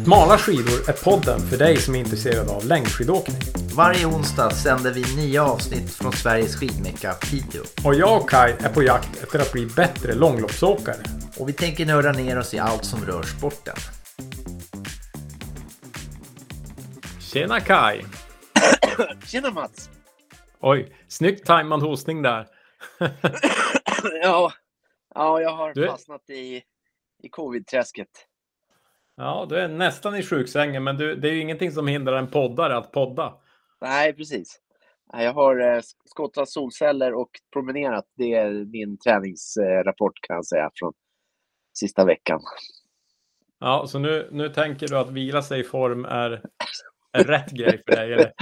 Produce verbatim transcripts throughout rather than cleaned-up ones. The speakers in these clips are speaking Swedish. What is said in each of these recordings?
Smala skidor är podden för dig som är intresserad av längdskidåkning. Varje onsdag sänder vi nya avsnitt från Sveriges skidmecka Piteå. Och jag och Kai är på jakt efter att bli bättre långloppsåkare. Och vi tänker nörda ner oss i allt som rör sporten. Tjena Kai! Tjena Mats! Oj, snyggt tajmad hostning där. ja, ja, jag har du... fastnat i, i covid-träsket. Ja, du är nästan i sjuksängen, men du, det är ju ingenting som hindrar en poddare att podda. Nej, precis. Jag har eh, skottat solceller och promenerat. Det är min träningsrapport kan jag säga från sista veckan. Ja, så nu, nu tänker du att vila sig i form är, är rätt grej för dig, eller?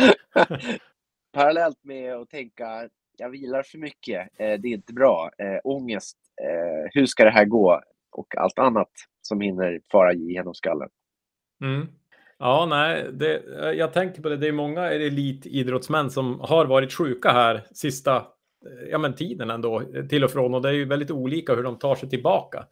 Parallellt med att tänka, jag vilar för mycket, eh, det är inte bra. Eh, ångest, eh, hur ska det här gå? Och allt annat som hinner fara genom skallen. Mm. Ja, nej, det, jag tänker på det. Det är många elitidrottsmän som har varit sjuka här sista ja, men tiden ändå, till och från. Och det är ju väldigt olika hur de tar sig tillbaka.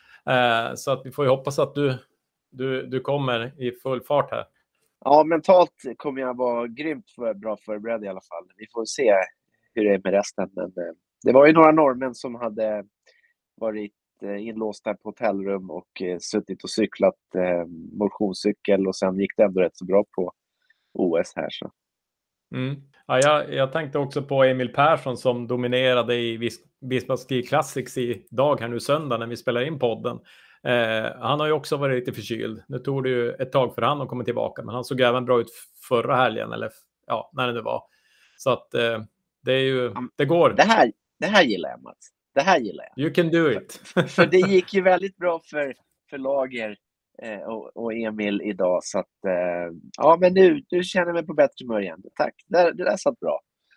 Eh, så att vi får ju hoppas att du, du, du kommer i full fart här. Ja, mentalt kommer jag vara grymt för, bra förberedd i alla fall. Vi får se hur det är med resten. Men, eh, det var ju några norrmän som hade varit inlåsta på hotellrum och eh, suttit och cyklat eh, motionscykel, och sen gick det ändå rätt så bra på O S här. Så. Mm. Ja, jag, jag tänkte också på Emil Persson som dominerade i Vis- Visma Ski Classics i dag här nu söndag när vi spelar in podden. Eh, han har ju också varit lite förkyld. Nu tog det ju ett tag för han att komma tillbaka, men han såg även bra ut förra helgen, eller ja, när det nu var. Så att eh, det är ju, det går. Det här, det här gillar jag, Mats. Det här gillar jag. You can do it. För, för det gick ju väldigt bra för, för Lager eh, och, och Emil idag. Så att, eh, ja, men nu, nu känner jag mig på bättre humör igen. Tack, det, det där satt bra.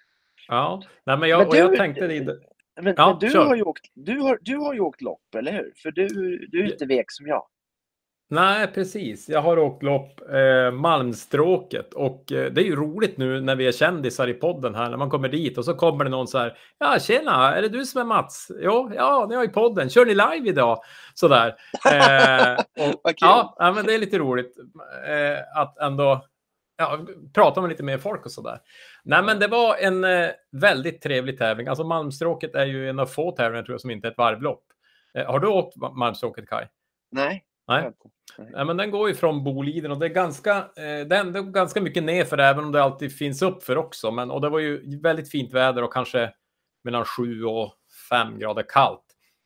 Ja, nej, men jag, men du, och jag tänkte det. Men, ja, men du, kör. har ju åkt, du, har, du har ju åkt lopp, eller hur? För du, du är inte vek som jag. Nej, precis. Jag har åkt lopp eh, Malmstråket och eh, det är ju roligt nu när vi är kändisar i podden här, när man kommer dit och så kommer det någon så här, ja tjena, är det du som är Mats? Jo, ja, ni är i podden. Kör ni live idag? Sådär. Eh, och, ja, ja, men det är lite roligt eh, att ändå ja, prata med lite mer folk och sådär. Nej, men det var en eh, väldigt trevlig tävling. Alltså Malmstråket är ju en av få tävlingar tror jag som inte är ett varvlopp. Eh, har du åkt Malmstråket, Kai? Nej. Nej. Ja, men den går ju från Boliden och det är ganska, eh, den, det är ganska mycket ner för även om det alltid finns upp för också. Men, och det var ju väldigt fint väder och kanske mellan sju och fem grader kallt.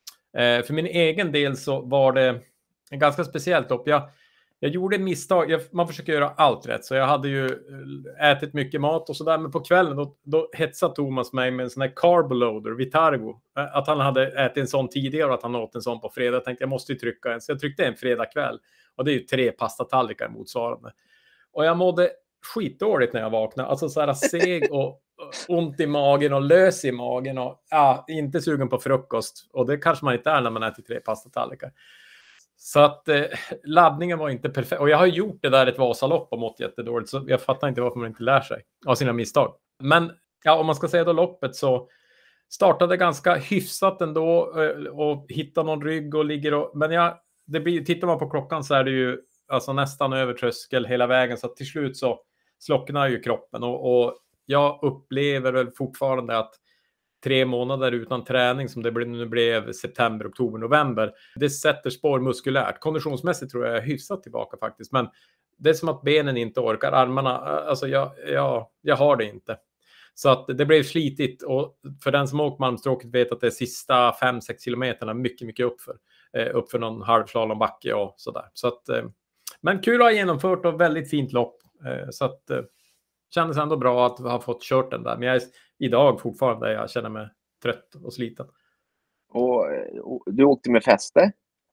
Eh, för min egen del så var det en ganska speciellt lopp. Jag, jag gjorde misstag, jag, man försöker göra allt rätt. Så jag hade ju ätit mycket mat och sådär. Men på kvällen då, då hetsade Thomas mig med en sån här carboloader, Vitargo. Att han hade ätit en sån tidigare och att han åt en sån på fredag. Jag tänkte jag måste ju trycka en. Så jag tryckte en fredag kväll. Och det är ju tre pastatallrikar motsvarande. Och jag mådde skitdåligt när jag vaknade. Alltså så här seg och ont i magen och lös i magen. Och ja, inte sugen på frukost. Och det kanske man inte är när man äter tre pastatallrikar. Så att eh, laddningen var inte perfekt. Och jag har gjort det där ett Vasalopp och mått jättedåligt. Så jag fattar inte varför man inte lär sig av sina misstag. Men ja, om man ska säga då loppet så startade ganska hyfsat ändå. Eh, och hittade någon rygg och ligger och... Men ja, det blir, tittar man på klockan så är det ju alltså nästan över tröskel hela vägen. Så att till slut så slocknar ju kroppen. Och, och jag upplever väl fortfarande att tre månader utan träning som det nu blev september, oktober, november. Det sätter spår muskulärt. Konditionsmässigt tror jag är hyfsat tillbaka faktiskt. Men det är som att benen inte orkar. Armarna, alltså jag, jag, jag har det inte. Så att det blev slitigt. Och för den som åkt Malmstråket vet att det är sista fem sex kilometerna mycket, mycket uppför. Eh, uppför någon halvslalombacke och sådär. Så att, eh, men kul att ha genomfört och väldigt fint lopp. Eh, så att eh, kändes ändå bra att ha fått kört den där. Men jag är idag fortfarande jag känner mig trött och sliten. Och, och du åkte med fäste?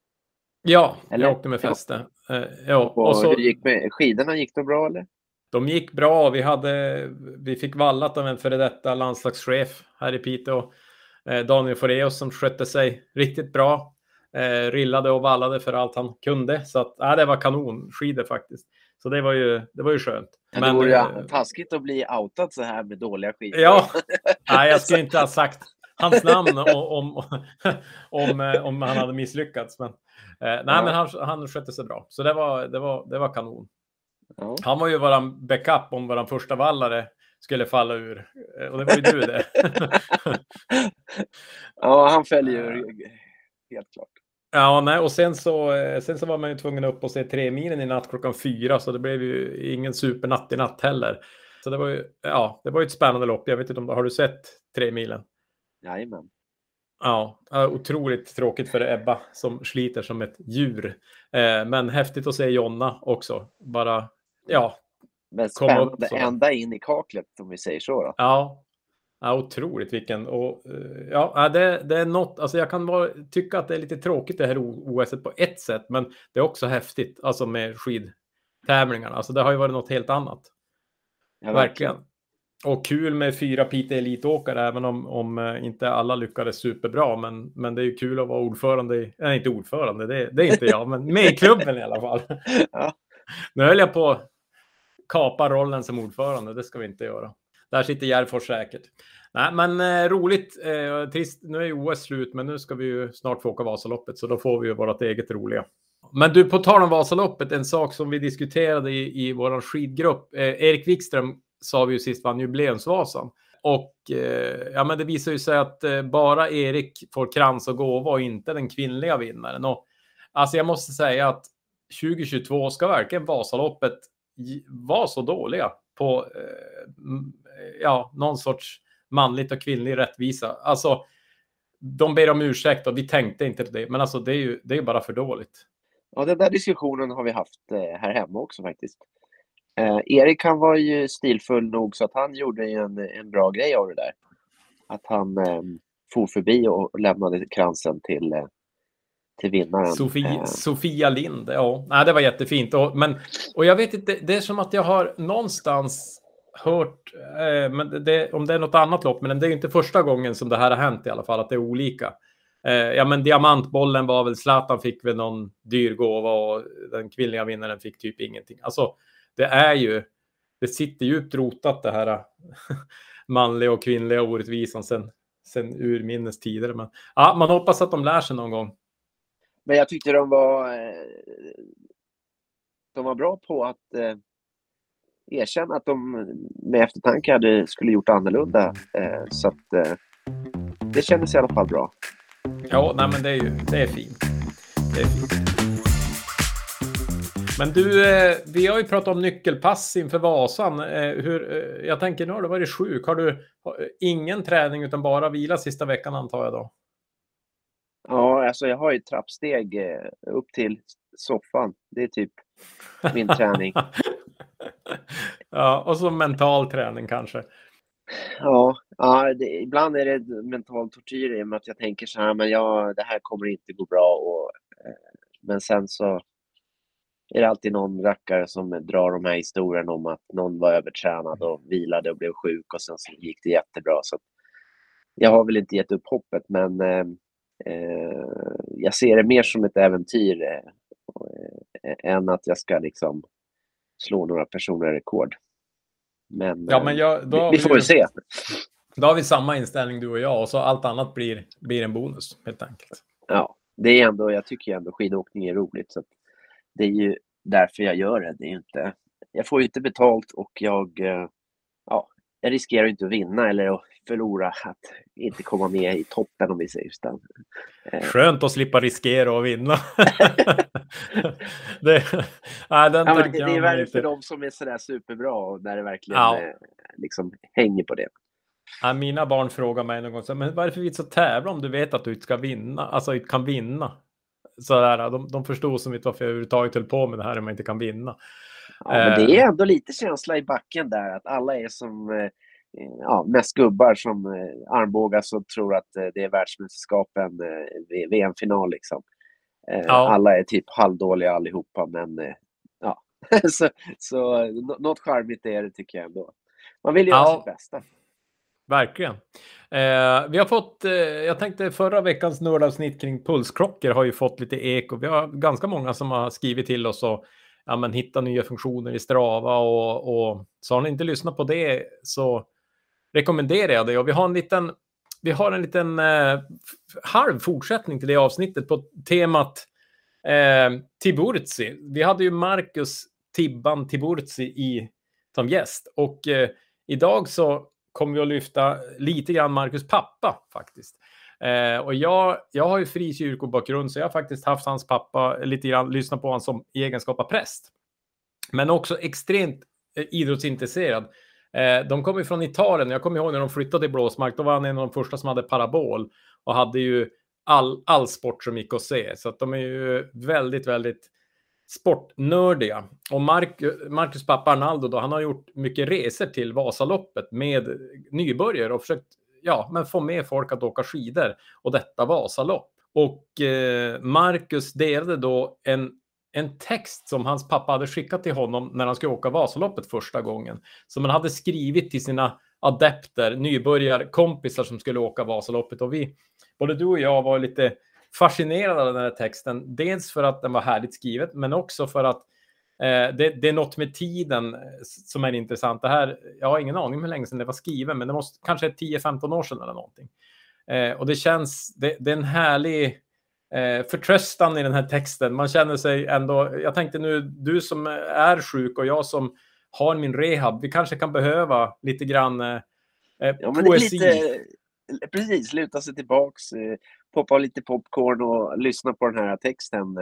Ja, eller? Jag åkte med fäste. Ja. Eh, ja. Och, och så, hur gick med skidorna? Gick det bra eller? De gick bra. Vi, hade, vi fick vallat av en före detta landslagschef här i Piteå. Eh, Daniel Foreus som skötte sig riktigt bra. Eh, rillade och vallade för allt han kunde. Så att, äh, det var kanonskidor faktiskt. Så det var ju, det var ju skönt. Men det vore ju taskigt att bli outad så här med dåliga skidor. Ja, nej, jag skulle inte ha sagt hans namn om, om, om, om han hade misslyckats. Men, eh, nej, ja. men han, han skötte sig bra. Så det var, det var, det var kanon. Ja. Han var ju våran backup om våran första vallare skulle falla ur. Och det var ju du det. Ja, han fäller ju helt klart. Ja, nej, och sen så, sen så var man ju tvungen upp och se tre milen i natt klockan fyra, så det blev ju ingen supernatt i natt heller. Så det var ju, ja, det var ju ett spännande lopp. Jag vet inte om, har du sett tre milen? Jajamän. Ja, otroligt tråkigt för Ebba som sliter som ett djur. Eh, men häftigt att se Jonna också. Bara, ja. Men spännande, ända in i kaklet om vi säger så då. Ja. Ja, otroligt vilken. Och, ja, det, det är något, alltså jag kan bara tycka att det är lite tråkigt det här O S på ett sätt, men det är också häftigt alltså med skidtävlingarna. Alltså det har ju varit något helt annat. Ja, verkligen. verkligen. Och kul med fyra Piteå elitåkare, även om, om inte alla lyckades superbra, men, men det är ju kul att vara ordförande i, nej inte ordförande, det, det är inte jag, men med i klubben i alla fall. Ja. Nu höll jag på att kapa rollen som ordförande, det ska vi inte göra. Där sitter Järfors säkert. Nej, men eh, roligt. Eh, trist. Nu är ju O S slut, men nu ska vi ju snart få åka Vasaloppet, så då får vi ju vårt eget roliga. Men du, på tal om Vasaloppet, en sak som vi diskuterade i, i vår skidgrupp. Eh, Erik Wikström sa vi ju sist vann jubileumsvasan. Och eh, ja, men det visar ju sig att eh, bara Erik får krans och gåva och inte den kvinnliga vinnaren. Och, alltså jag måste säga att tjugo tjugotvå ska verkligen Vasaloppet vara så dåliga på eh, ja, någon sorts manligt och kvinnlig rättvisa. Alltså, de ber om ursäkt och vi tänkte inte det, men alltså det är ju, det är bara för dåligt. Ja, den där diskussionen har vi haft eh, här hemma också faktiskt. Eh, Erik, han var ju stilfull nog så att han gjorde en, en bra grej av det där. Att han eh, for förbi och lämnade kransen till, eh, till vinnaren. Sofie, eh. Sofia Lind, ja. Nej, det var jättefint. Och, men, och jag vet inte, det är som att jag har någonstans hört, eh, men det, om det är något annat lopp, men det är inte första gången som det här har hänt i alla fall, att det är olika. Eh, ja, men diamantbollen var väl, Zlatan fick väl någon dyr gåva och den kvinnliga vinnaren fick typ ingenting. Alltså, det är ju, det sitter djupt rotat det här manliga och kvinnliga orättvisan sen, sen urminnes tider. Men ja, man hoppas att de lär sig någon gång. Men jag tyckte de var de var bra på att eh, erkänna att de med eftertanke hade, skulle gjort annorlunda. Eh, så att eh, det kändes i alla fall bra. Ja, nej, men det är ju det är fint. Det är fint. Men du, eh, vi har ju pratat om nyckelpass inför Vasan. Eh, hur, eh, jag tänker, nu har du varit sjuk. Har du har, ingen träning utan bara vila sista veckan, antar jag då? Ja, alltså jag har ju trappsteg eh, upp till soffan. Det är typ min träning. Ja, och så mental träning kanske. Ja, ja det, ibland är det mental tortyr i och med att jag tänker så här, men ja, det här kommer inte gå bra. Och, eh, men sen så är det alltid någon rackare som drar de här historien om att någon var övertränad och vilade och blev sjuk och sen så gick det jättebra. Så jag har väl inte gett upp hoppet, men eh, eh, jag ser det mer som ett äventyr eh, än att jag ska liksom slå några personliga rekord. Men, ja, men jag, då vi, vi får väl se. Då har vi samma inställning du och jag, och så allt annat blir, blir en bonus helt enkelt. Ja, det är ändå, jag tycker ändå skidåkning är roligt, så att det är ju därför jag gör det. Det är inte, jag får ju inte betalt och jag, ja, jag riskerar inte att vinna eller att förlora, att inte komma med i toppen om vi säger så. Skönt att slippa riskera att vinna. det, nej, den ja, men det, det är värre för dem som är sådär superbra och där det verkligen ja. eh, liksom hänger på det. Ja, mina barn frågar mig någon gång så, men varför vill du så tävla om du vet att du inte ska vinna, alltså inte kan vinna? Så där, de, de förstår som inte varför jag överhuvudtaget höll på med det här om man inte kan vinna. Ja, men det är ändå lite känsla i backen där att alla är som eh, ja, mest gubbar som eh, armbågas och tror att eh, det är världsmästerskapen eh, V M-final liksom. Eh, ja. Alla är typ halvdåliga allihopa, men eh, ja, så, så n- något charmigt är det tycker jag ändå. Man vill göra ja. sitt bästa. Verkligen. Eh, vi har fått, eh, jag tänkte förra veckans nördavsnitt kring pulsklockor har ju fått lite eko. Vi har ganska många som har skrivit till oss och ja, men, hitta nya funktioner i Strava och, och så har ni inte lyssnat på det så rekommenderar jag det. Och vi har en liten, vi har en liten eh, halv fortsättning till det avsnittet på temat eh, Tiburzi. Vi hade ju Marcus Tibban Tiburzi i, som gäst. Och eh, idag så kommer vi att lyfta lite grann Marcus pappa faktiskt. Eh, och jag, jag har ju frikyrkobakgrund, så jag har faktiskt haft hans pappa lite grann, lyssnat på honom som egenskap av präst. Men också extremt eh, idrottsintresserad. Eh, de kom ju från Italien. Jag kommer ihåg när de flyttade till Blåsmark. Då var han en av de första som hade parabol. Och hade ju all, all sport som gick att se. Så att de är ju väldigt, väldigt sportnördiga. Och Mark, Marcus pappa Arnaldo då, han har gjort mycket resor till Vasaloppet med nybörjare. Och försökt ja, men få med folk att åka skidor. Och detta Vasalopp. Och eh, Marcus delade då en En text som hans pappa hade skickat till honom när han skulle åka Vasaloppet första gången. Som han hade skrivit till sina adepter, nybörjarkompisar som skulle åka Vasaloppet. Och vi, både du och jag var lite fascinerade av den här texten. Dels för att den var härligt skrivet, men också för att eh, det, det är något med tiden som är intressant. Det här, jag har ingen aning hur länge sedan det var skrivet, men det måste kanske tio femton år sedan eller någonting. Eh, och det känns, det, det är en härlig Eh, förtröstan i den här texten. Man känner sig ändå, jag tänkte nu, du som är sjuk och jag som har min rehab, vi kanske kan behöva lite grann eh, ja, men poesi. Det är lite, precis, luta sig tillbaks, eh, poppa lite popcorn och lyssna på den här texten.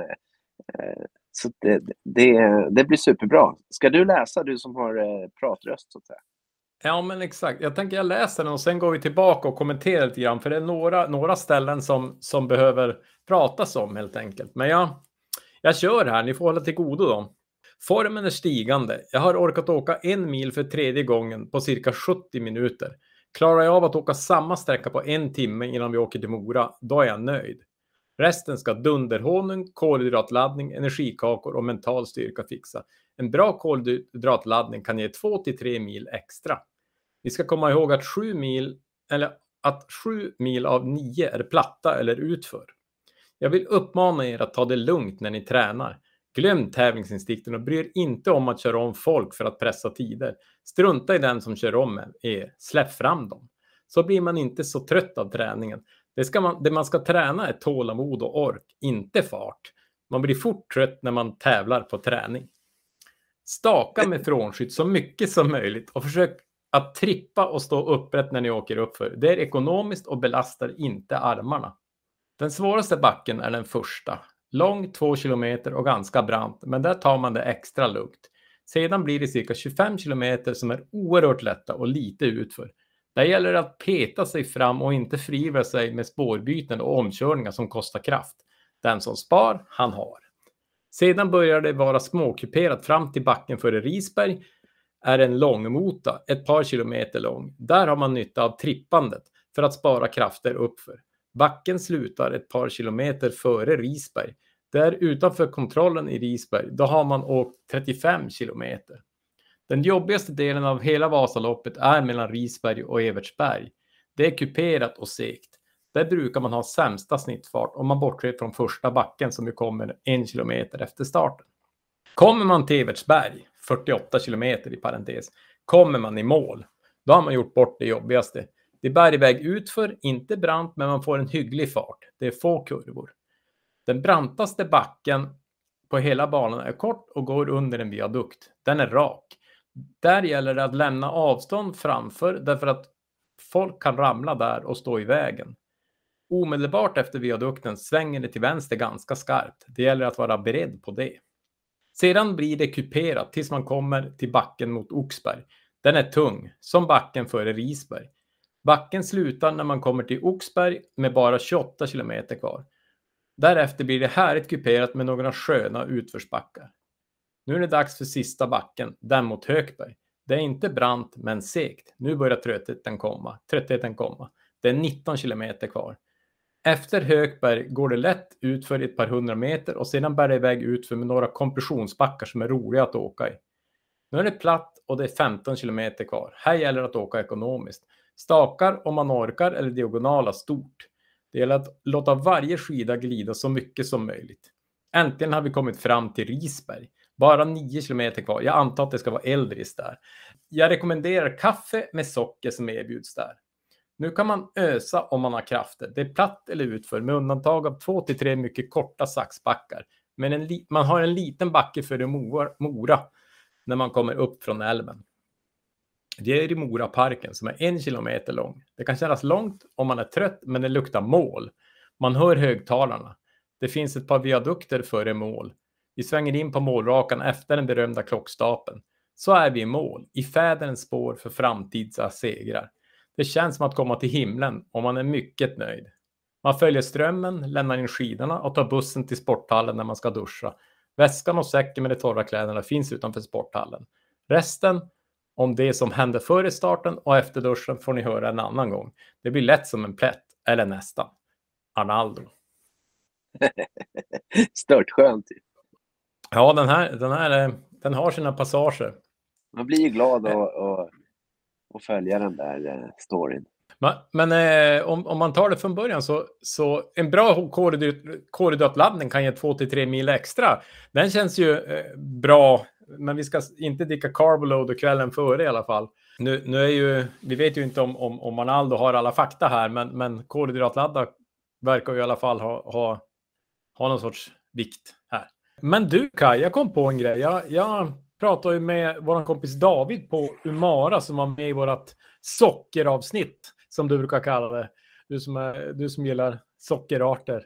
Eh, så det, det, det blir superbra. Ska du läsa, du som har eh, pratröst så att säga? Ja, men exakt. Jag tänker jag läser den och sen går vi tillbaka och kommenterar lite grann. För det är några, några ställen som, som behöver pratas om helt enkelt. Men jag, jag kör här. Ni får hålla till godo då. Formen är stigande. Jag har orkat åka en mil för tredje gången på cirka sjuttio minuter. Klarar jag av att åka samma sträcka på en timme innan vi åker till Mora, då är jag nöjd. Resten ska dunderhonung, kolhydratladdning, energikakor och mental styrka fixa. En bra kolhydratladdning kan ge två till tre mil extra. Vi ska komma ihåg att sju mil, eller att sju mil av nio är platta eller utför. Jag vill uppmana er att ta det lugnt när ni tränar. Glöm tävlingsinstinkten och bry er inte om att köra om folk för att pressa tider. Strunta i den som kör om er. Släpp fram dem. Så blir man inte så trött av träningen. Det, ska man, det man ska träna är tålamod och ork, inte fart. Man blir fort trött när man tävlar på träning. Staka med frånskydd så mycket som möjligt och försök att trippa och stå upprätt när ni åker uppför. Det är ekonomiskt och belastar inte armarna. Den svåraste backen är den första. Lång två kilometer och ganska brant, men där tar man det extra lugnt. Sedan blir det cirka tjugofem kilometer som är oerhört lätta och lite utför. Där gäller det att peta sig fram och inte förivra sig med spårbyten och omkörningar som kostar kraft. Den som spar, han har. Sedan börjar det vara småkuperat fram till backen före Risberg. Är en långmota, ett par kilometer lång. Där har man nytta av trippandet för att spara krafter uppför. Backen slutar ett par kilometer före Risberg. Där utanför kontrollen i Risberg, då har man åkt trettiofem kilometer. Den jobbigaste delen av hela Vasaloppet är mellan Risberg och Evertsberg. Det är kuperat och segt. Där brukar man ha sämsta snittfart om man bortser från första backen som ju kommer en kilometer efter starten. Kommer man till Evertsberg, fyrtioåtta kilometer i parentes, kommer man i mål. Då har man gjort bort det jobbigaste. Det bär iväg utför, inte brant, men man får en hygglig fart. Det är få kurvor. Den brantaste backen på hela banan är kort och går under en viadukt. Den är rak. Där gäller det att lämna avstånd framför därför att folk kan ramla där och stå i vägen. Omedelbart efter viadukten svänger det till vänster ganska skarpt. Det gäller att vara beredd på det. Sedan blir det kuperat tills man kommer till backen mot Oxberg. Den är tung, som backen före Risberg. Backen slutar när man kommer till Oxberg med bara tjugoåtta kilometer kvar. Därefter blir det härligt kuperat med några sköna utförsbackar. Nu är det dags för sista backen, den mot Hökberg. Det är inte brant men segt. Nu börjar tröttheten komma. Tröttheten komma. Det är nitton kilometer kvar. Efter Hökberg går det lätt ut för ett par hundra meter och sedan bär det iväg ut för med några kompressionsbackar som är roliga att åka i. Nu är det platt och det är femton kilometer kvar. Här gäller det att åka ekonomiskt. Stakar om man orkar eller diagonala stort. Det gäller att låta varje skida glida så mycket som möjligt. Äntligen har vi kommit fram till Risberg. Bara nio kilometer kvar. Jag antar att det ska vara Eldris där. Jag rekommenderar kaffe med socker som erbjuds där. Nu kan man ösa om man har krafter. Det är platt eller utför med undantag av två till tre mycket korta saxbackar. Men en li- man har en liten backe för i Mora, Mora när man kommer upp från älven. Det är i Moraparken som är en kilometer lång. Det kan kännas långt om man är trött, men det luktar mål. Man hör högtalarna. Det finns ett par viadukter före mål. Vi svänger in på målrakan efter den berömda klockstapeln. Så är vi i mål, i fäderens spår för framtida segrar. Det känns som att komma till himlen och man är mycket nöjd. Man följer strömmen, lämnar in skidorna och tar bussen till sporthallen när man ska duscha. Väskan och säcken med de torra kläderna finns utanför sporthallen. Resten om det som hände före starten och efter duschen får ni höra en annan gång. Det blir lätt som en plätt, eller nästan. Arnaldo. Stört skönt. Ja, den här, den här den har sina passager. Man blir ju glad att och, och följa den där eh, storyn. Men, men eh, om, om man tar det från början så, så en bra kolhydratladdning kan ge två till tre mil extra. Den känns ju eh, bra, men vi ska inte dricka carboload kvällen före i alla fall. Nu, nu är ju, vi vet ju inte om, om, om Arnaldo har alla fakta här, men, men kolhydratladda verkar ju i alla fall ha, ha, ha någon sorts vikt här. Men du Kai, jag kom på en grej. Jag, jag pratade ju med vår kompis David på Umara som var med i vårt sockeravsnitt, som du brukar kalla det. Du som, är, du som gillar sockerarter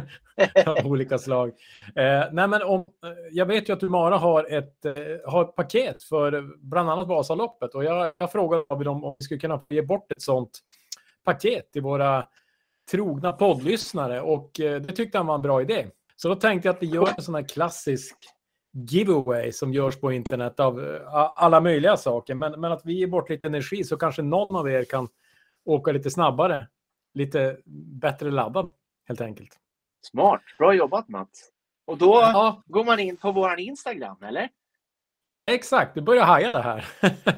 av olika slag. Eh, nej men om, jag vet ju att Umara har ett, eh, har ett paket för bland annat Vasaloppet. Och jag, jag frågade David om, om vi skulle kunna ge bort ett sånt paket till våra trogna poddlyssnare. Och eh, det tyckte han var en bra idé. Så då tänkte jag att vi gör en sån här klassisk giveaway som görs på internet av uh, alla möjliga saker. Men, men att vi ger bort lite energi så kanske någon av er kan åka lite snabbare. Lite bättre laddad helt enkelt. Smart, bra jobbat Mats. Och då ja. går man in på våran Instagram, eller? Exakt, du börjar haja det här.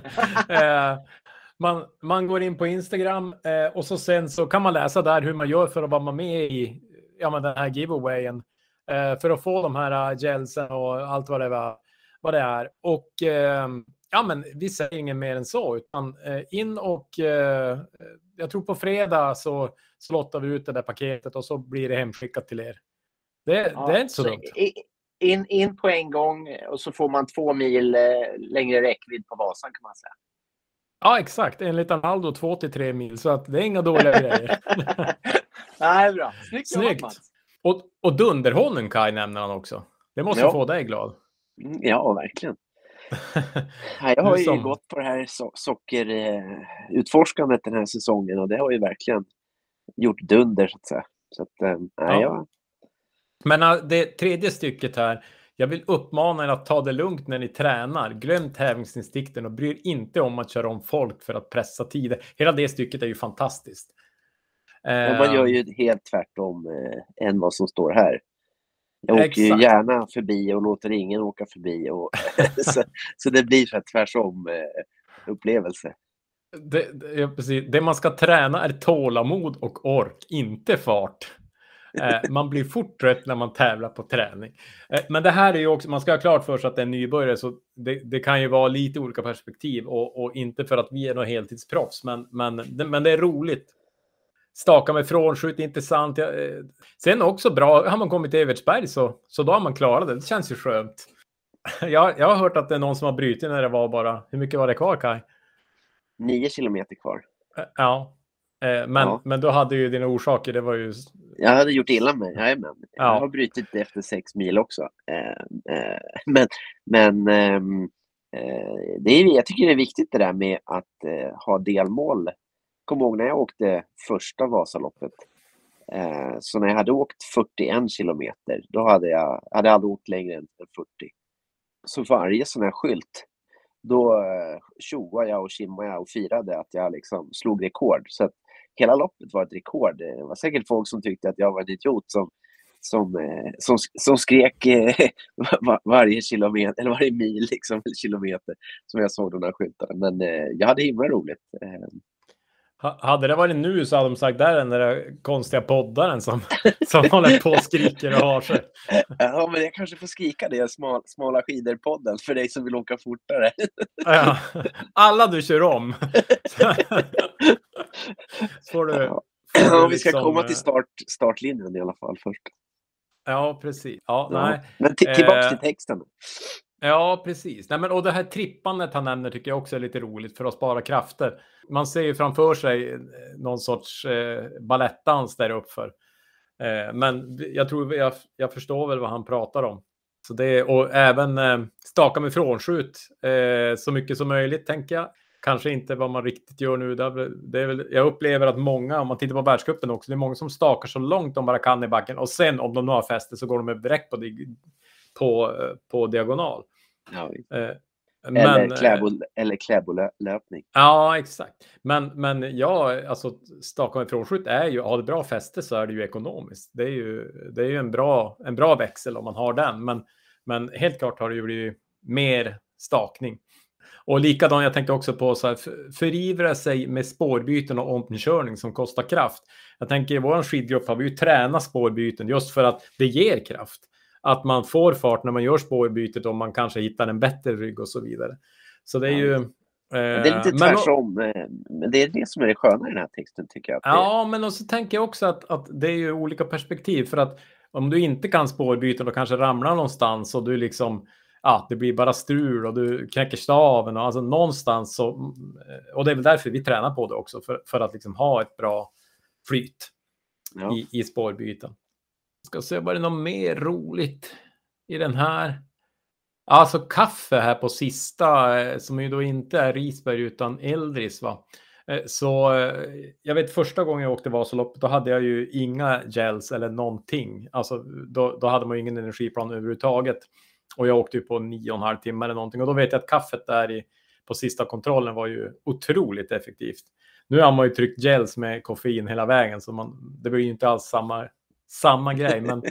eh, man, man går in på Instagram eh, och så sen så kan man läsa där hur man gör för att vara med i ja, men den här giveawayen. För att få de här gelsen och allt vad det, var, vad det är. Och eh, ja, men vi säger inget mer än så. Utan eh, in och eh, jag tror på fredag så slottar vi ut det där paketet och så blir det hemskickat till er. Det, ja, det är inte så, så dumt. In, in på en gång och så får man två mil eh, längre räckvidd på Vasan kan man säga. Ja, exakt. Enligt Arnaldo två till tre mil. Så att det är inga dåliga grejer. Nej, bra. Snyggt. Snyggt. Och, och dunderhållning Kai nämner han också. Det måste ja. få dig glad. Ja, verkligen. Jag har ju som... gått på det här so- sockerutforskandet den här säsongen och det har ju verkligen gjort dunder så att säga. Så att, äh, ja. Ja. Men äh, det tredje stycket här. Jag vill uppmana er att ta det lugnt när ni tränar. Glöm tävlingsinstinkten och bryr inte om att köra om folk för att pressa tider. Hela det stycket är ju fantastiskt. Ja, man gör ju helt tvärtom eh, än vad som står här. Jag åker Exakt. ju gärna förbi och låter ingen åka förbi. Och, så, så det blir så här tvärsom eh, upplevelse. Det, det, precis. Det man ska träna är tålamod och ork, inte fart. Eh, man blir fort trött när man tävlar på träning. Eh, men det här är ju också, man ska ha klart för sig att det är en nybörjare så det, det kan ju vara lite olika perspektiv och, och inte för att vi är några heltidsproffs men, men, det, men det är roligt. Staka mig från, skjut intressant. Jag, eh, sen också bra, har man kommit till Evertsberg så, så då har man klarat det. Det känns ju skönt. jag, jag har hört att det är någon som har brutit när det var bara, hur mycket var det kvar Kai? Nio kilometer kvar. Eh, ja. Eh, men, ja. men då hade ju dina orsaker, det var ju... Jag hade gjort illa mig, jajamän. Jag ja. har brutit det efter sex mil också. Eh, eh, men men ehm, eh, det är, jag tycker det är viktigt det där med att eh, ha delmål. Kom ihåg när jag åkte första Vasaloppet. Eh, så när jag hade åkt fyrtioen kilometer, då hade jag hade aldrig åkt längre än fyrtio. Så varje sån här skylt, då eh, tjoade jag och kimmade jag och firade att jag liksom slog rekord. Så att hela loppet var ett rekord. Det var säkert folk som tyckte att jag var en idiot som, som, eh, som, som skrek eh, var, varje kilometer, eller varje mil liksom, eller kilometer som jag såg de där skyltarna. Men eh, jag hade himla roligt. Eh, Hade det varit nu så hade de sagt där den där konstiga poddaren som, som håller på och skriker och har sig. Ja, men jag kanske får skrika det, smal, smala skidor-podden, för dig som vill åka fortare. Ja, alla du kör om. Så får du, Ja. får du Om vi ska liksom, komma till start, startlinjen i alla fall först. Ja, precis. Ja, Ja. nej. Men t- tillbaks Eh, till texten. Ja, precis. Nej, men, och det här trippandet han nämner tycker jag också är lite roligt för att spara krafter. Man ser ju framför sig någon sorts eh, balettdans där uppför. Eh, men jag tror jag, jag förstår väl vad han pratar om. Så det, och även eh, staka med frånskjut eh, så mycket som möjligt, tänker jag. Kanske inte vad man riktigt gör nu. Det är väl, jag upplever att många, om man tittar på världscupen också, det är många som stakar så långt de bara kan i backen. Och sen om de nu har fäste så går de direkt på, på, på diagonal. Ja. Eh, eller, men, kläbo, eller kläbolöpning. Ja, exakt. Men, men ja, alltså staka med frånskjut är ju, har det bra fäste så är det ju ekonomiskt. Det är ju, det är ju en, bra, en bra växel om man har den. Men, men helt klart har det ju blivit mer stakning. Och likadant, jag tänkte också på så här, för, förivra sig med spårbyten och omkörning som kostar kraft. Jag tänker i vår skidgrupp har vi ju tränat spårbyten just för att det ger kraft. Att man får fart när man gör spårbytet och man kanske hittar en bättre rygg och så vidare. Så det är ju... Eh, det är lite tvärtom. Men, men det är det som är det sköna i den här texten, tycker jag. Ja, men också tänker jag också att, att det är ju olika perspektiv. För att om du inte kan spårbyta och kanske ramlar någonstans och du liksom... Ja, det blir bara strul och du knäcker staven. Och alltså någonstans så... Och det är väl därför vi tränar på det också. För, för att liksom ha ett bra flyt ja. i, i spårbyten. Ska se, var det något mer roligt i den här? Alltså kaffe här på sista, som ju då inte är Risberg utan Eldris, va? Så jag vet första gången jag åkte Vasaloppet, då hade jag ju inga gels eller någonting. Alltså då, då hade man ju ingen energiplan överhuvudtaget. Och jag åkte ju på nio och en halv timme eller någonting. Och då vet jag att kaffet där i, på sista kontrollen var ju otroligt effektivt. Nu har man ju tryckt gels med koffein hela vägen, så man, det blir ju inte alls samma... Samma grej, men,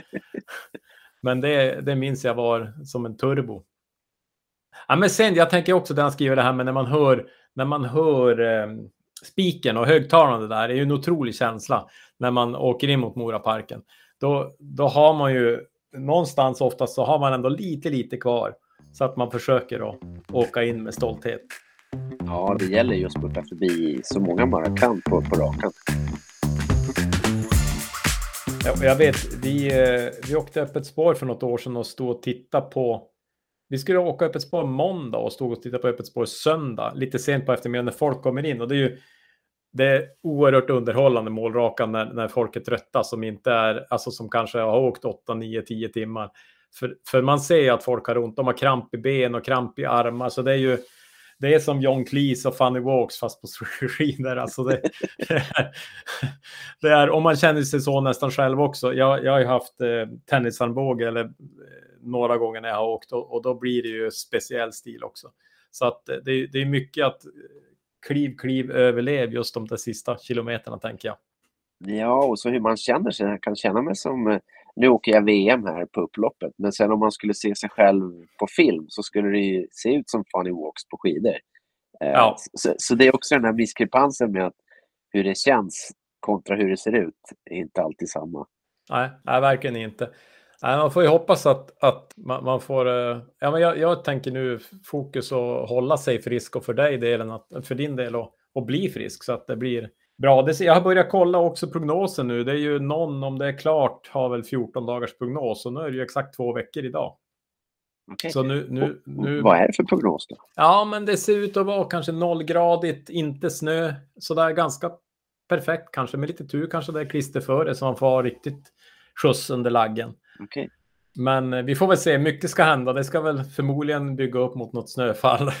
men det, det minns jag var som en turbo. Ja, men sen, jag tänker också den skriver det här, men när man hör, när man hör eh, spiken och högtalande där, det är ju en otrolig känsla när man åker in mot Moraparken. Då, då har man ju någonstans oftast så har man ändå lite, lite kvar så att man försöker att åka in med stolthet. Ja, det gäller just att putta förbi så många man kan på, på rakan. Jag vet, vi, vi åkte upp ett spår för något år sedan och stod och tittade på... Vi skulle åka upp ett spår måndag och stod och tittade på öppet spår söndag. Lite sent på eftermiddagen när folk kommer in. Och det är ju det är oerhört underhållande målrakan när, när folk är trötta. Som inte är, alltså som kanske har åkt åtta, nio, tio timmar. För, för man ser ju att folk har ont. De har kramp i ben och kramp i armar. Så det är ju... Det är som John Cleese och Funny Walks fast på skidor. Alltså det, det, är, det är, om man känner sig så nästan själv också. Jag, jag har ju haft eh, tennisarmbåge eller eh, några gånger när jag har åkt. Och, och då blir det ju speciell stil också. Så att eh, det, det är mycket att kliv, kliv, överlev just de där sista kilometerna, tänker jag. Ja, och så hur man känner sig. Jag kan känna mig som... Nu åker jag V M här på upploppet. Men sen om man skulle se sig själv på film så skulle det ju se ut som Funny Walks på skidor. Ja. Så, så det är också den här diskrepansen med att hur det känns kontra hur det ser ut är inte alltid samma. Nej, nej verkligen inte. Nej, man får ju hoppas att, att man, man får... Ja, men jag, jag tänker nu fokus och hålla sig frisk och för dig delen, att, för din del och, och bli frisk så att det blir... Bra, det, jag har börjat kolla också prognosen nu. Det är ju någon, om det är klart, har väl fjorton dagars prognos. Och nu är det ju exakt två veckor idag. Okay. Så nu, nu, nu... Vad är det för prognos då? Ja, men det ser ut att vara kanske nollgradigt, inte snö. Så det är ganska perfekt. Kanske med lite tur, kanske det är klister före så man får ha riktigt skjuts under laggen. Okay. Men vi får väl se, mycket ska hända. Det ska väl förmodligen bygga upp mot något snöfall.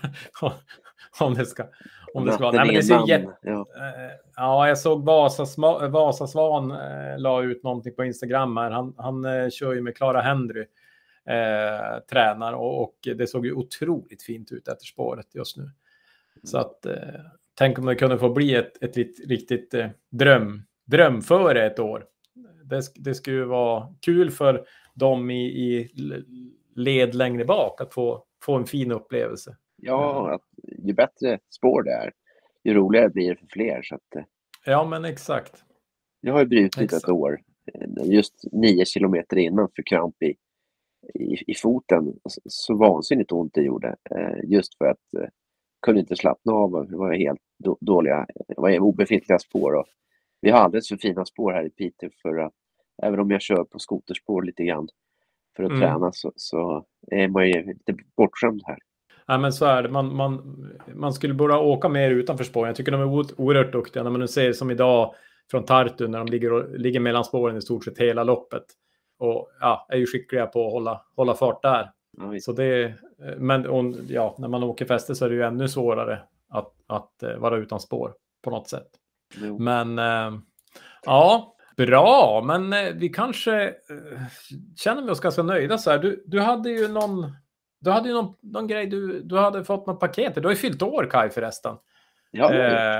om det ska... Om det ska vara. Nej, men det ser jätte... ja. ja, jag såg Vasasma... Vasasvan eh, la ut någonting på Instagram här. Han, han eh, kör ju med Clara Henry. Eh, tränar och, och det såg ju otroligt fint ut efter spåret just nu. Så att eh, tänk om det kunde få bli ett, ett, ett riktigt eh, dröm, dröm före ett år. Det, det skulle ju vara kul för dem i, i led längre bak att få, få en fin upplevelse. Ja, att ju bättre spår det är, ju roligare blir det för fler. Så att, ja, men exakt. Jag har ju brutit ett år, just nio kilometer innan för kramp i, i, i foten. Så vansinnigt ont det gjorde. Just för att kunde inte slappna av. Det var helt då, dåliga, det var obefintliga spår. Och vi har alldeles för fina spår här i Piteå för att, även om jag kör på skoterspår lite grann för att mm. träna, så, så är man ju lite bortskämd här. Ja, men så är det. Man, man, man skulle börja åka mer utanför spåren. Jag tycker de är oerhört duktiga. När man nu ser som idag från Tartu, när de ligger, och, ligger mellan spåren i stort sett hela loppet. Och ja, är ju skickliga på att hålla, hålla fart där. Ja, så det, men och, ja, när man åker fäste så är det ju ännu svårare att, att uh, vara utan spår på något sätt. Jo. Men uh, ja, bra. Men uh, vi kanske uh, känner vi oss ganska nöjda så här. Du, du hade ju någon... Du hade ju någon, någon grej, du, du hade fått något paket. Du har ju fyllt år, Kaj, förresten. Ja, eh,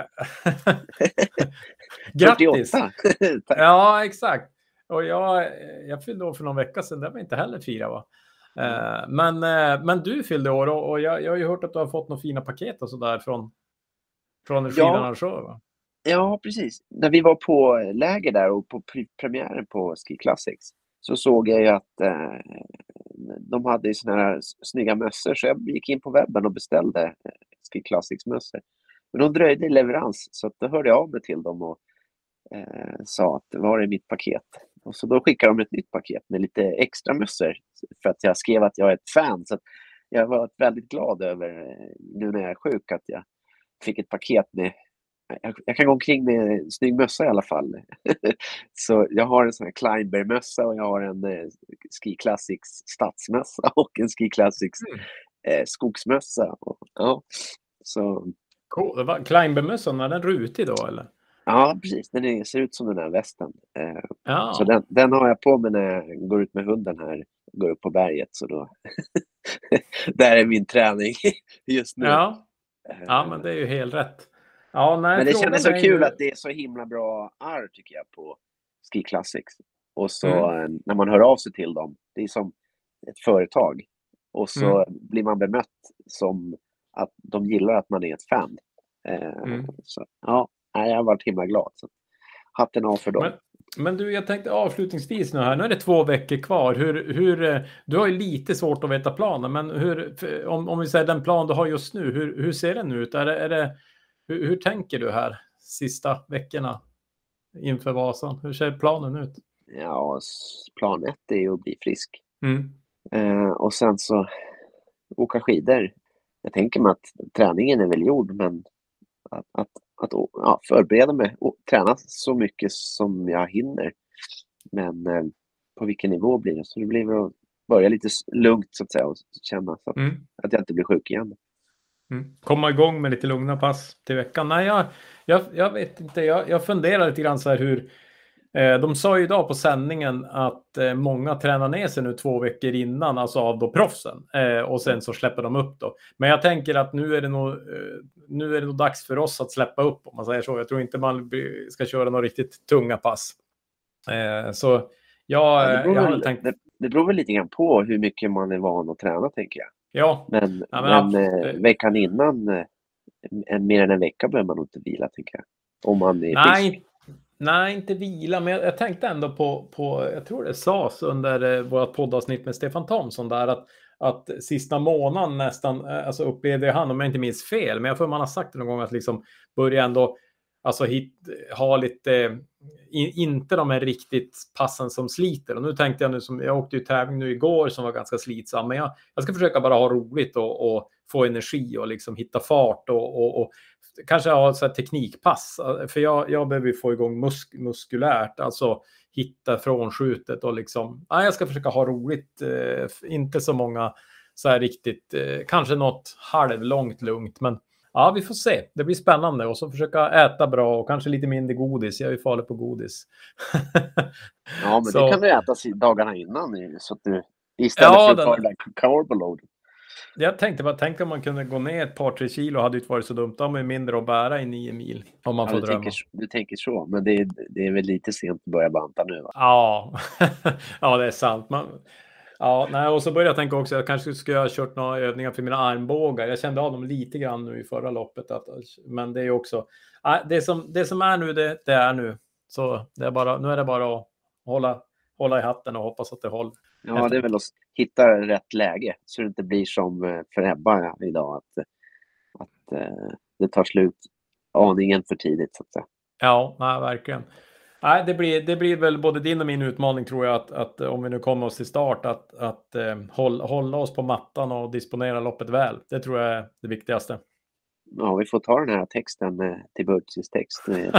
grattis! Ja, exakt. Och jag, jag fyllde år för någon vecka sedan. Det var inte heller fira, va? Eh, men, eh, men du fyllde år och, och jag, jag har ju hört att du har fått några fina paket och sådär från, från en skidarrangör, va? Ja, precis. När vi var på läger där och på pre- premiären på Ski Classics så såg jag ju att eh, de hade såna här snygga mössor, så jag gick in på webben och beställde eh, Ski Classics mössor. Men de dröjde i leverans, så att då hörde jag av mig till dem och eh, sa att det var i mitt paket. Och så då skickade de ett nytt paket med lite extra mössor för att jag skrev att jag är ett fan. Så att jag var väldigt glad över, nu när jag är sjuk, att jag fick ett paket med. Jag, jag kan gå omkring med en snygg mössa i alla fall. Så jag har en sån här Climber-mössa och jag har en eh, Ski Classics stadsmössa och en Ski Classics eh, skogsmössa. Och, ja, så... Cool. Climber-mössan, är den rutig då, eller? Ja, precis. Den är, ser ut som den här västen. Eh, ja. Så den, den har jag på mig när jag går ut med hunden här. Går upp på berget, så då... Där är min träning just nu. Ja, ja men det är ju helt rätt. Ja, nej, men det kändes så kul ju... att det är så himla bra arv, tycker jag, på Ski Classics. Och så mm. när man hör av sig till dem, det är som ett företag. Och så mm. blir man bemött som att de gillar att man är ett fan. Eh, mm. Så ja, jag har varit himla glad. Så hatten av för dem. Men, men du, jag tänkte avslutningsvis nu här. Nu är det två veckor kvar. Hur, hur, du har ju lite svårt att veta planen. Men hur, om, om vi säger den plan du har just nu, hur, hur ser den ut? Är det... Är det Hur, hur tänker du här sista veckorna inför Vasan? Hur ser planen ut? Ja, plan ett är ju att bli frisk. Mm. Eh, och sen så åka skidor. Jag tänker mig att träningen är väl gjord, men att, att, att ja, förbereda mig och träna så mycket som jag hinner. Men eh, på vilken nivå blir det? Så det blir väl att börja lite lugnt, så att säga, och känna så att, mm. att jag inte blir sjuk igen. Mm. Komma igång med lite lugna pass till veckan. Nej, jag, jag, jag vet inte. Jag, jag funderar lite grann så här hur... Eh, de sa ju idag på sändningen att eh, många tränar ner sig nu två veckor innan, alltså av då proffsen. Eh, och sen så släpper de upp då. Men jag tänker att nu är det nog, eh, nu är det nog dags för oss att släppa upp, om man säger så. Jag tror inte man ska köra några riktigt tunga pass. Eh, så jag, ja, det, beror jag väl, har tänkt... det, det beror väl lite grann på hur mycket man är van att träna, tänker jag. Ja. Men, ja, men, men ja. eh, veckan innan, eh, en, mer än en vecka behöver man nog inte vila, tycker jag. Om man är nej, frisk. Nej, inte vila. Men jag, jag tänkte ändå på, på, jag tror det sades under eh, vårt poddavsnitt med Stefan Thomsson där, att, att sista månaden nästan, alltså upplevde han, om jag inte minns fel, men jag får man har sagt det någon gång, att liksom börja ändå alltså hit, ha lite, in, inte de här riktigt passen som sliter. Och nu tänkte jag nu, som jag åkte ju tävling nu igår som var ganska slitsam, men jag, jag ska försöka bara ha roligt och, och få energi och liksom hitta fart och, och, och kanske ha så här teknikpass. För jag, jag behöver få igång musk, muskulärt, alltså hitta frånskjutet och liksom, nej, jag ska försöka ha roligt, eh, inte så många så här riktigt, eh, kanske något halvlångt lugnt, men ja, vi får se. Det blir spännande. Och så försöka äta bra och kanske lite mindre godis. Jag är ju farlig på godis. Ja, men så... det kan du äta dagarna innan. Så att du, istället ja, för att den... ta den där carb-load. Jag tänkte bara, tänk om man kunde gå ner ett par, tre kilo. Hade inte varit så dumt. De är mindre att bära i nio mil. Om man ja, får du drömma. Tänker, du tänker så. Men det är, det är väl lite sent att börja banta nu, va? Ja, ja, det är sant. Man... Ja, nej, och så började jag tänka också att jag kanske skulle ha kört några övningar för mina armbågar. Jag kände av dem lite grann nu i förra loppet. Att, men det är också, det som, det som är nu, det, det är nu. Så det är bara, nu är det bara att hålla, hålla i hatten och hoppas att det håller. Ja, det är väl att hitta rätt läge så det inte blir som för Ebba idag. Att, att det tar slut aningen för tidigt så att säga. Ja, nej, verkligen. Nej, det blir, det blir väl både din och min utmaning tror jag att, att om vi nu kommer oss till start att, att eh, hålla, hålla oss på mattan och disponera loppet väl. Det tror jag är det viktigaste. Ja, vi får ta den här texten eh, till Burtsis text. Eh,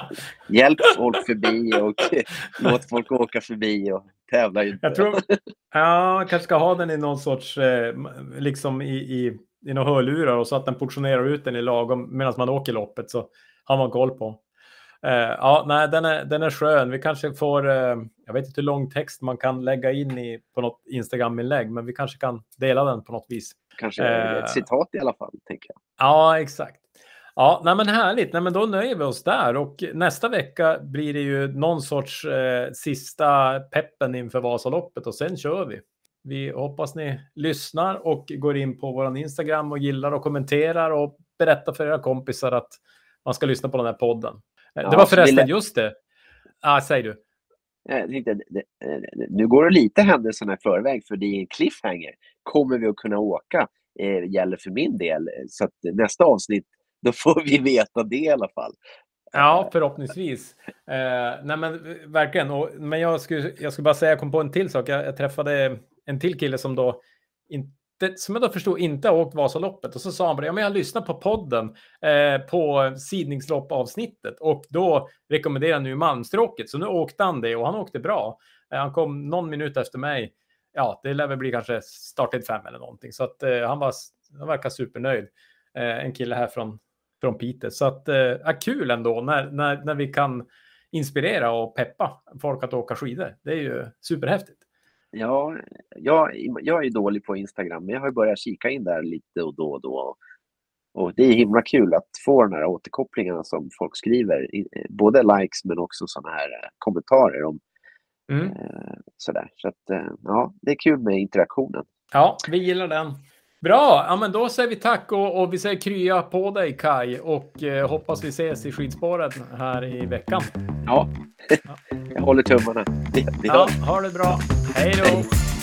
hjälp folk förbi och låt folk åka förbi och tävla inte. Jag tror, ja, jag kanske ska ha den i någon sorts, eh, liksom i, i, i några hörlurar och så att den portionerar ut den i lagom medan man åker loppet så har man koll på. Uh, ja, nej, den är, den är skön. Vi kanske får, uh, jag vet inte hur lång text man kan lägga in i på något Instagram-inlägg, men vi kanske kan dela den på något vis. Kanske uh, ett citat i alla fall, tänker jag. Ja, exakt. Ja, nej men härligt. Nej, men då nöjer vi oss där och nästa vecka blir det ju någon sorts uh, sista peppen inför Vasaloppet och sen kör vi. Vi hoppas ni lyssnar och går in på våran Instagram och gillar och kommenterar och berättar för era kompisar att man ska lyssna på den här podden. Det ja, var förresten ville... just det. Ah, säg du. Jag tänkte, det, det, nu går det lite händelserna i förväg för det är en cliffhanger. Kommer vi att kunna åka? Eh, gäller för min del. Så att nästa avsnitt, då får vi veta det i alla fall. Ja, förhoppningsvis. Eh, nej men verkligen. Och, men jag skulle, jag skulle bara säga, jag kom på en till sak. Jag, jag träffade en till kille som då inte som jag då förstod inte har åkt Vasaloppet och så sa han bara, ja men jag lyssnar på podden eh, på sidningsloppavsnittet och då rekommenderar han nu Malmstråket så nu åkte han det och han åkte bra. Eh, han kom någon minut efter mig. Ja, det lär väl bli kanske starttid fem eller någonting så att eh, han var han verkar supernöjd. Eh, en kille här från från Piteå så att eh, kul ändå när när när vi kan inspirera och peppa folk att åka skidor. Det är ju superhäftigt. Ja, jag, jag är dålig på Instagram, men jag har börjat kika in där lite och då och då. Och det är himla kul att få de här återkopplingarna som folk skriver. Både likes men också sådana här kommentarer om mm. eh, sådär. Så att, eh, ja, det är kul med interaktionen. Ja, vi gillar den. Bra, ja men då säger vi tack och, och vi säger krya på dig Kai och eh, hoppas vi ses i skidspåret här i veckan. Ja, jag håller tummarna. Det, det ja, ha det bra. Hej då! Hej.